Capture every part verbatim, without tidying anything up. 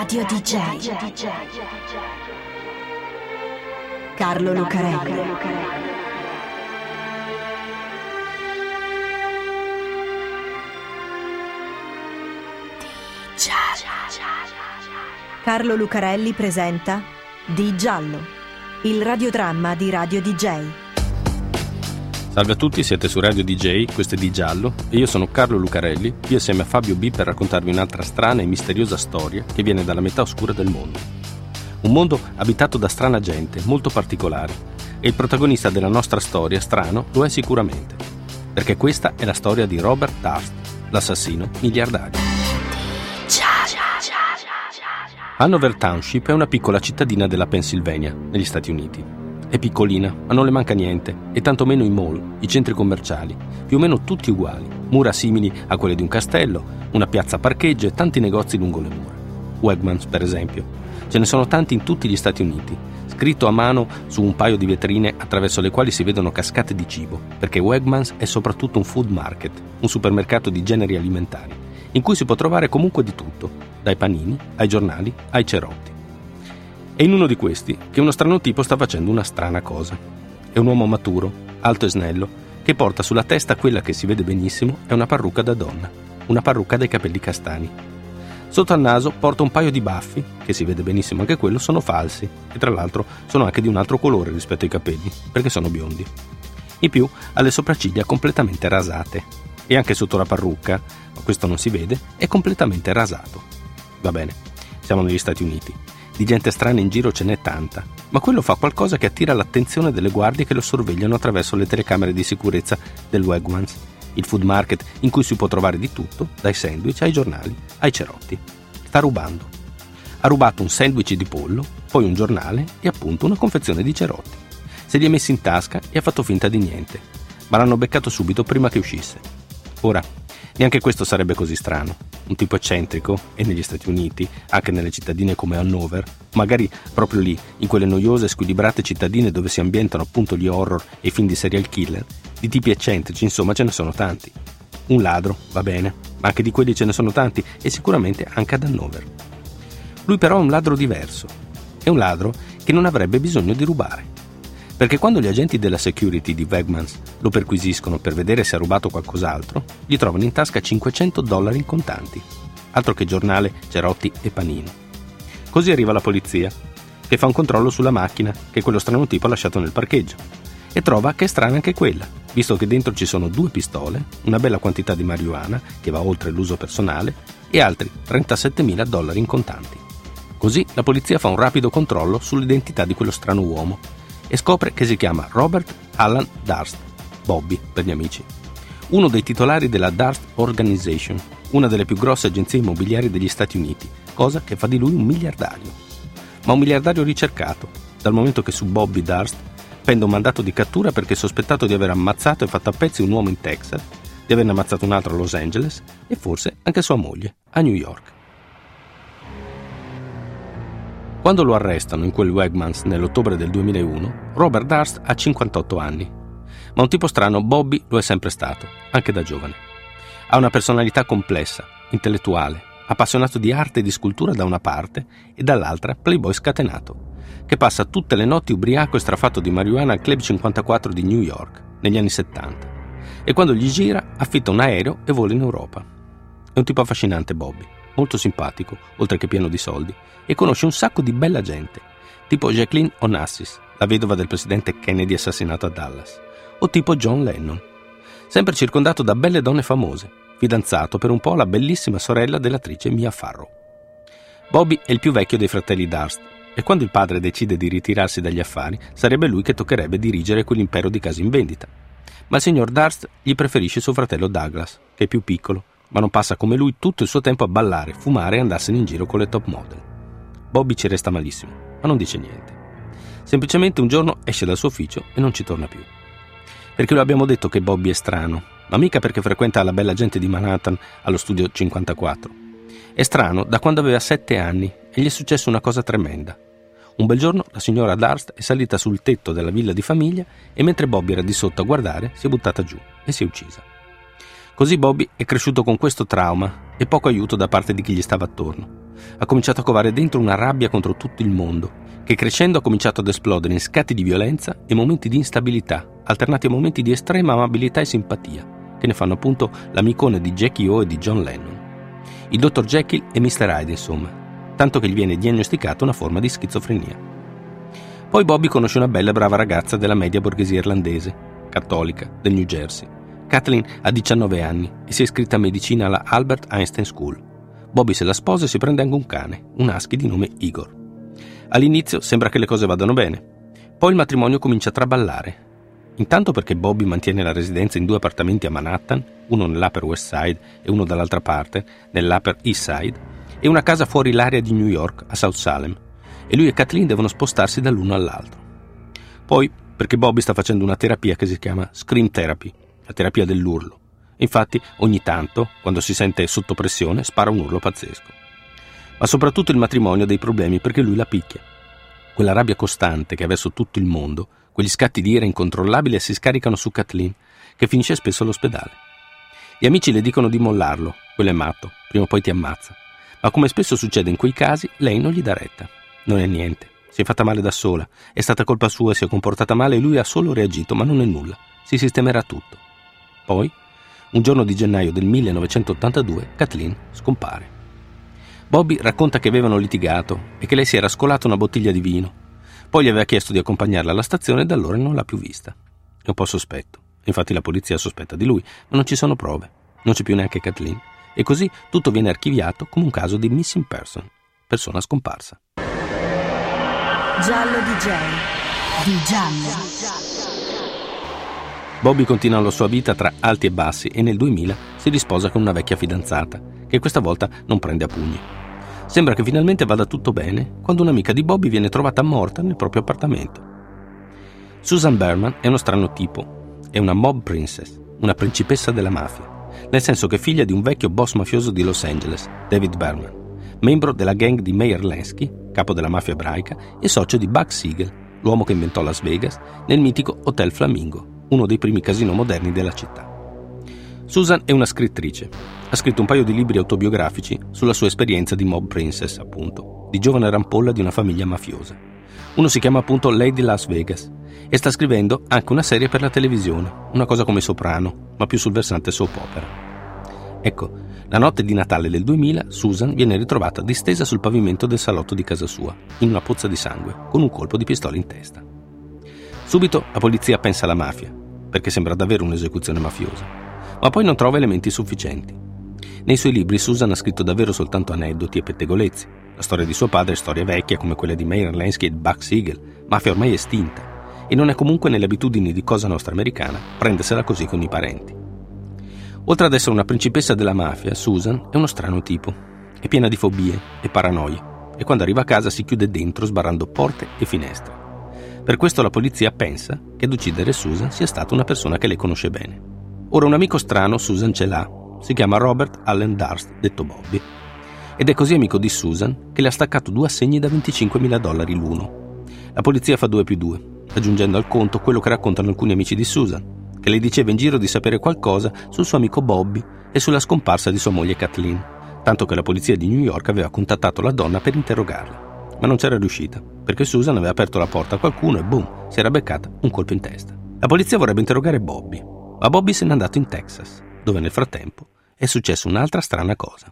Radio D J Carlo Lucarelli. Carlo Lucarelli presenta Di Giallo, il radiodramma di Radio D J. Salve a tutti, siete su Radio D J, questo è Di Giallo e io sono Carlo Lucarelli, qui assieme a Fabio B per raccontarvi un'altra strana e misteriosa storia che viene dalla metà oscura del mondo. Un mondo abitato da strana gente, molto particolare, e il protagonista della nostra storia strano lo è sicuramente, perché questa è la storia di Robert Durst, l'assassino miliardario. Hanover Township è una piccola cittadina della Pennsylvania, negli Stati Uniti. È piccolina, ma non le manca niente, e tanto meno i mall, i centri commerciali, più o meno tutti uguali, mura simili a quelle di un castello, una piazza parcheggio e tanti negozi lungo le mura. Wegmans, per esempio. Ce ne sono tanti in tutti gli Stati Uniti, scritto a mano su un paio di vetrine attraverso le quali si vedono cascate di cibo, perché Wegmans è soprattutto un food market, un supermercato di generi alimentari, in cui si può trovare comunque di tutto, dai panini, ai giornali, ai cerotti. È in uno di questi che uno strano tipo sta facendo una strana cosa. È un uomo maturo, alto e snello, che porta sulla testa quella che si vede benissimo è una parrucca da donna, una parrucca dai capelli castani. Sotto al naso porta un paio di baffi, che si vede benissimo anche quello, sono falsi, e tra l'altro sono anche di un altro colore rispetto ai capelli, perché sono biondi. In più ha le sopracciglia completamente rasate, e anche sotto la parrucca, ma questo non si vede, è completamente rasato. Va bene, siamo negli Stati Uniti. Di gente strana in giro ce n'è tanta, ma quello fa qualcosa che attira l'attenzione delle guardie che lo sorvegliano attraverso le telecamere di sicurezza del Wegmans, il food market in cui si può trovare di tutto, dai sandwich ai giornali, ai cerotti. Sta rubando. Ha rubato un sandwich di pollo, poi un giornale e appunto una confezione di cerotti. Se li ha messi in tasca e ha fatto finta di niente, ma l'hanno beccato subito prima che uscisse. Ora, neanche questo sarebbe così strano. Un tipo eccentrico, e negli Stati Uniti, anche nelle cittadine come Hanover, magari proprio lì, in quelle noiose e squilibrate cittadine dove si ambientano appunto gli horror e i film di serial killer, di tipi eccentrici, insomma, ce ne sono tanti. Un ladro, va bene, ma anche di quelli ce ne sono tanti, e sicuramente anche ad Hanover. Lui però è un ladro diverso. È un ladro che non avrebbe bisogno di rubare. Perché quando gli agenti della security di Wegmans lo perquisiscono per vedere se ha rubato qualcos'altro, gli trovano in tasca cinquecento dollari in contanti, altro che giornale, cerotti e panino. Così arriva la polizia, che fa un controllo sulla macchina che quello strano tipo ha lasciato nel parcheggio, e trova che è strana anche quella, visto che dentro ci sono due pistole, una bella quantità di marijuana, che va oltre l'uso personale, e altri trentasettemila dollari in contanti. Così la polizia fa un rapido controllo sull'identità di quello strano uomo, e scopre che si chiama Robert Alan Durst, Bobby per gli amici, uno dei titolari della Durst Organization, una delle più grosse agenzie immobiliari degli Stati Uniti, cosa che fa di lui un miliardario. Ma un miliardario ricercato, dal momento che su Bobby Durst pende un mandato di cattura perché è sospettato di aver ammazzato e fatto a pezzi un uomo in Texas, di averne ammazzato un altro a Los Angeles e forse anche sua moglie a New York. Quando lo arrestano in quel Wegmans nell'ottobre del duemilauno, Robert Durst ha cinquantotto anni. Ma un tipo strano Bobby lo è sempre stato, anche da giovane. Ha una personalità complessa, intellettuale, appassionato di arte e di scultura da una parte e dall'altra playboy scatenato, che passa tutte le notti ubriaco e strafatto di marijuana al Club cinquantaquattro di New York, negli anni settanta. E quando gli gira, affitta un aereo e vola in Europa. È un tipo affascinante Bobby, molto simpatico, oltre che pieno di soldi, e conosce un sacco di bella gente, tipo Jacqueline Onassis, la vedova del presidente Kennedy assassinato a Dallas, o tipo John Lennon, sempre circondato da belle donne famose, fidanzato per un po' alla bellissima sorella dell'attrice Mia Farrow. Bobby è il più vecchio dei fratelli Durst, e quando il padre decide di ritirarsi dagli affari, sarebbe lui che toccherebbe dirigere quell'impero di case in vendita. Ma il signor Durst gli preferisce suo fratello Douglas, che è più piccolo, ma non passa come lui tutto il suo tempo a ballare, fumare e andarsene in giro con le top model. Bobby ci resta malissimo, ma non dice niente. Semplicemente un giorno esce dal suo ufficio e non ci torna più. Perché lo abbiamo detto che Bobby è strano, ma mica perché frequenta la bella gente di Manhattan allo studio cinquantaquattro. È strano da quando aveva sette anni e gli è successa una cosa tremenda. Un bel giorno la signora Durst è salita sul tetto della villa di famiglia e mentre Bobby era di sotto a guardare si è buttata giù e si è uccisa. Così Bobby è cresciuto con questo trauma e poco aiuto da parte di chi gli stava attorno. ha cominciato a covare dentro una rabbia contro tutto il mondo, che crescendo ha cominciato ad esplodere in scatti di violenza e momenti di instabilità, alternati a momenti di estrema amabilità e simpatia, che ne fanno appunto l'amicone di Jackie O e di John Lennon. Il dottor Jekyll e mister Hyde, insomma, tanto che gli viene diagnosticata una forma di schizofrenia. Poi Bobby conosce una bella e brava ragazza della media borghesia irlandese, cattolica, del New Jersey. Kathleen ha diciannove anni e si è iscritta a medicina alla Albert Einstein School. Bobby se la sposa e si prende anche un cane, un husky di nome Igor. All'inizio sembra che le cose vadano bene, poi il matrimonio comincia a traballare. Intanto perché Bobby mantiene la residenza in due appartamenti a Manhattan, uno nell'Upper West Side e uno dall'altra parte, nell'Upper East Side, e una casa fuori l'area di New York, a South Salem, e lui e Kathleen devono spostarsi dall'uno all'altro. Poi perché Bobby sta facendo una terapia che si chiama Scream Therapy, la terapia dell'urlo. Infatti ogni tanto, quando si sente sotto pressione, spara un urlo pazzesco. Ma soprattutto il matrimonio ha dei problemi perché lui la picchia. Quella rabbia costante che ha verso tutto il mondo, quegli scatti di ira incontrollabili si scaricano su Kathleen, che finisce spesso all'ospedale. Gli amici le dicono di mollarlo, quello è matto, prima o poi ti ammazza. Ma come spesso succede in quei casi, lei non gli dà retta. Non è niente, si è fatta male da sola, è stata colpa sua, si è comportata male e lui ha solo reagito, ma non è nulla, si sistemerà tutto. Poi, un giorno di gennaio del millenovecentottantadue, Kathleen scompare. Bobby racconta che avevano litigato e che lei si era scolata una bottiglia di vino. Poi gli aveva chiesto di accompagnarla alla stazione e da allora non l'ha più vista. È un po' sospetto. Infatti la polizia sospetta di lui, ma non ci sono prove. Non c'è più neanche Kathleen. E così tutto viene archiviato come un caso di missing person, persona scomparsa. Giallo D J. Di Giallo. Bobby continua la sua vita tra alti e bassi e nel duemila si risposa con una vecchia fidanzata, che questa volta non prende a pugni. Sembra che finalmente vada tutto bene quando un'amica di Bobby viene trovata morta nel proprio appartamento. Susan Berman è uno strano tipo, è una mob princess, una principessa della mafia, nel senso che è figlia di un vecchio boss mafioso di Los Angeles, David Berman, membro della gang di Meyer Lansky, capo della mafia ebraica, e socio di Buck Siegel, l'uomo che inventò Las Vegas, nel mitico Hotel Flamingo, uno dei primi casino moderni della città. Susan è una scrittrice. Ha scritto un paio di libri autobiografici sulla sua esperienza di mob princess, appunto, di giovane rampolla di una famiglia mafiosa. Uno si chiama appunto Lady Las Vegas e sta scrivendo anche una serie per la televisione, una cosa come Soprano, ma più sul versante soap opera. Ecco, la notte di Natale del duemila, Susan viene ritrovata distesa sul pavimento del salotto di casa sua, in una pozza di sangue, con un colpo di pistola in testa. Subito la polizia pensa alla mafia, perché sembra davvero un'esecuzione mafiosa, ma poi non trova elementi sufficienti. Nei suoi libri Susan ha scritto davvero soltanto aneddoti e pettegolezzi. La storia di suo padre è storia vecchia come quella di Meyer Lansky e Buck Siegel, mafia ormai estinta, e non è comunque nelle abitudini di Cosa Nostra americana prendersela così con i parenti. Oltre ad essere una principessa della mafia, Susan è uno strano tipo. È piena di fobie e paranoie, e quando arriva a casa si chiude dentro sbarrando porte e finestre. Per questo la polizia pensa che ad uccidere Susan sia stata una persona che lei conosce bene. Ora un amico strano Susan ce l'ha, si chiama Robert Allen Darst, detto Bobby, ed è così amico di Susan che le ha staccato due assegni da venticinquemila dollari l'uno. La polizia fa due più due, aggiungendo al conto quello che raccontano alcuni amici di Susan, che le diceva in giro di sapere qualcosa sul suo amico Bobby e sulla scomparsa di sua moglie Kathleen, tanto che la polizia di New York aveva contattato la donna per interrogarla, ma non c'era riuscita, perché Susan aveva aperto la porta a qualcuno e boom, si era beccata un colpo in testa. La polizia vorrebbe interrogare Bobby, ma Bobby se n'è andato in Texas, dove nel frattempo è successa un'altra strana cosa.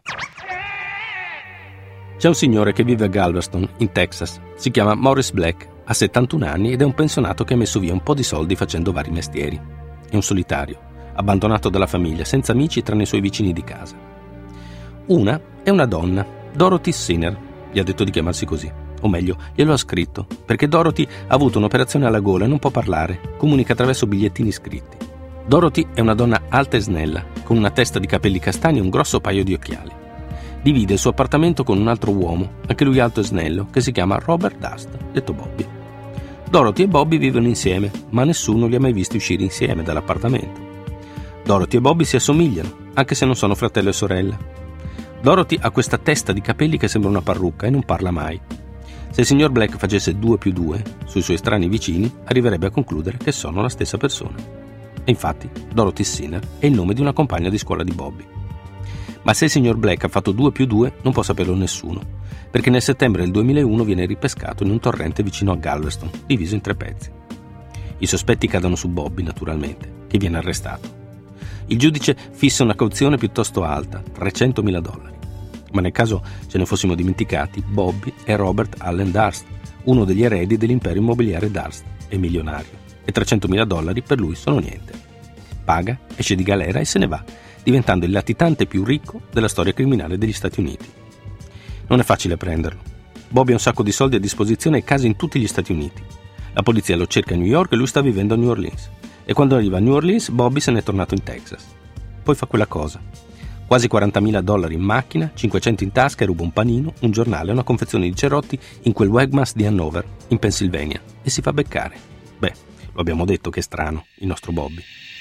C'è un signore che vive a Galveston, in Texas, si chiama Morris Black, ha settantuno anni ed è un pensionato che ha messo via un po' di soldi facendo vari mestieri. È un solitario, abbandonato dalla famiglia, senza amici tranne i suoi vicini di casa. Una è una donna, Dorothy Sinner, gli ha detto di chiamarsi così, o meglio, glielo ha scritto, perché Dorothy ha avuto un'operazione alla gola e non può parlare, comunica attraverso bigliettini scritti. Dorothy è una donna alta e snella, con una testa di capelli castani e un grosso paio di occhiali. Divide il suo appartamento con un altro uomo, anche lui alto e snello, che si chiama Robert Dust, detto Bobby. Dorothy e Bobby vivono insieme, ma nessuno li ha mai visti uscire insieme dall'appartamento. Dorothy e Bobby si assomigliano, anche se non sono fratello e sorella. Dorothy ha questa testa di capelli che sembra una parrucca e non parla mai. Se il signor Black facesse due più due sui suoi strani vicini, arriverebbe a concludere che sono la stessa persona. E infatti Dorothy Sinner è il nome di una compagna di scuola di Bobby. Ma se il signor Black ha fatto due più due non può saperlo nessuno, perché nel settembre del duemilauno viene ripescato in un torrente vicino a Galveston, diviso in tre pezzi. I sospetti cadono su Bobby, naturalmente, che viene arrestato. Il giudice fissa una cauzione piuttosto alta, trecentomila dollari. Ma nel caso ce ne fossimo dimenticati, Bobby è Robert Allen Darst, uno degli eredi dell'impero immobiliare Darst, è milionario, e trecentomila dollari per lui sono niente. Paga, esce di galera e se ne va, diventando il latitante più ricco della storia criminale degli Stati Uniti. Non è facile prenderlo. Bobby ha un sacco di soldi a disposizione e case in tutti gli Stati Uniti. La polizia lo cerca a New York e lui sta vivendo a New Orleans. E quando arriva a New Orleans, Bobby se n'è tornato in Texas. Poi fa quella cosa. Quasi quarantamila dollari in macchina, cinquecento in tasca e ruba un panino, un giornale e una confezione di cerotti in quel Wegmans di Hanover, in Pennsylvania, e si fa beccare. Beh, lo abbiamo detto che è strano, il nostro Bobby.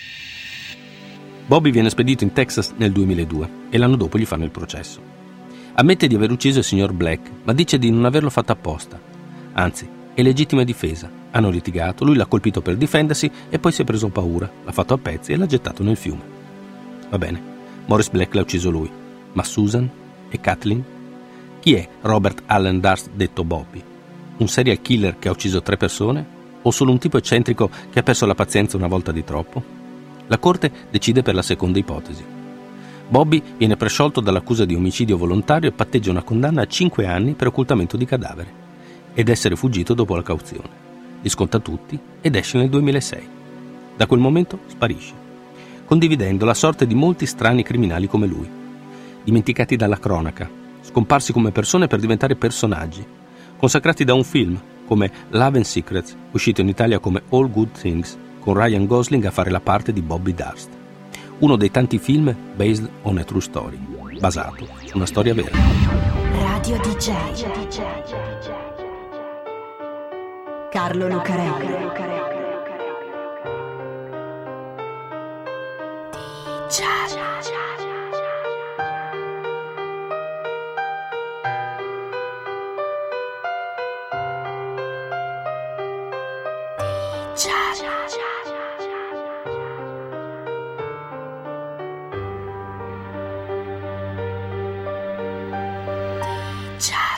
Bobby viene spedito in Texas nel duemiladue e l'anno dopo gli fanno il processo. Ammette di aver ucciso il signor Black, ma dice di non averlo fatto apposta. Anzi, è legittima difesa. Hanno litigato, lui l'ha colpito per difendersi e poi si è preso paura, l'ha fatto a pezzi e l'ha gettato nel fiume. Va bene, Morris Black l'ha ucciso lui, ma Susan e Kathleen? Chi è Robert Allen Darst detto Bobby? Un serial killer che ha ucciso tre persone? O solo un tipo eccentrico che ha perso la pazienza una volta di troppo? La corte decide per la seconda ipotesi. Bobby viene presciolto dall'accusa di omicidio volontario e patteggia una condanna a cinque anni per occultamento di cadavere ed essere fuggito dopo la cauzione. Li sconta tutti ed esce nel duemilasei. Da quel momento sparisce, condividendo la sorte di molti strani criminali come lui, dimenticati dalla cronaca, scomparsi come persone per diventare personaggi, consacrati da un film come Love and Secrets, uscito in Italia come All Good Things, con Ryan Gosling a fare la parte di Bobby Darst, uno dei tanti film based on a true story, basato su una storia vera. Radio D J Carlo Lucarelli. D J Ciao.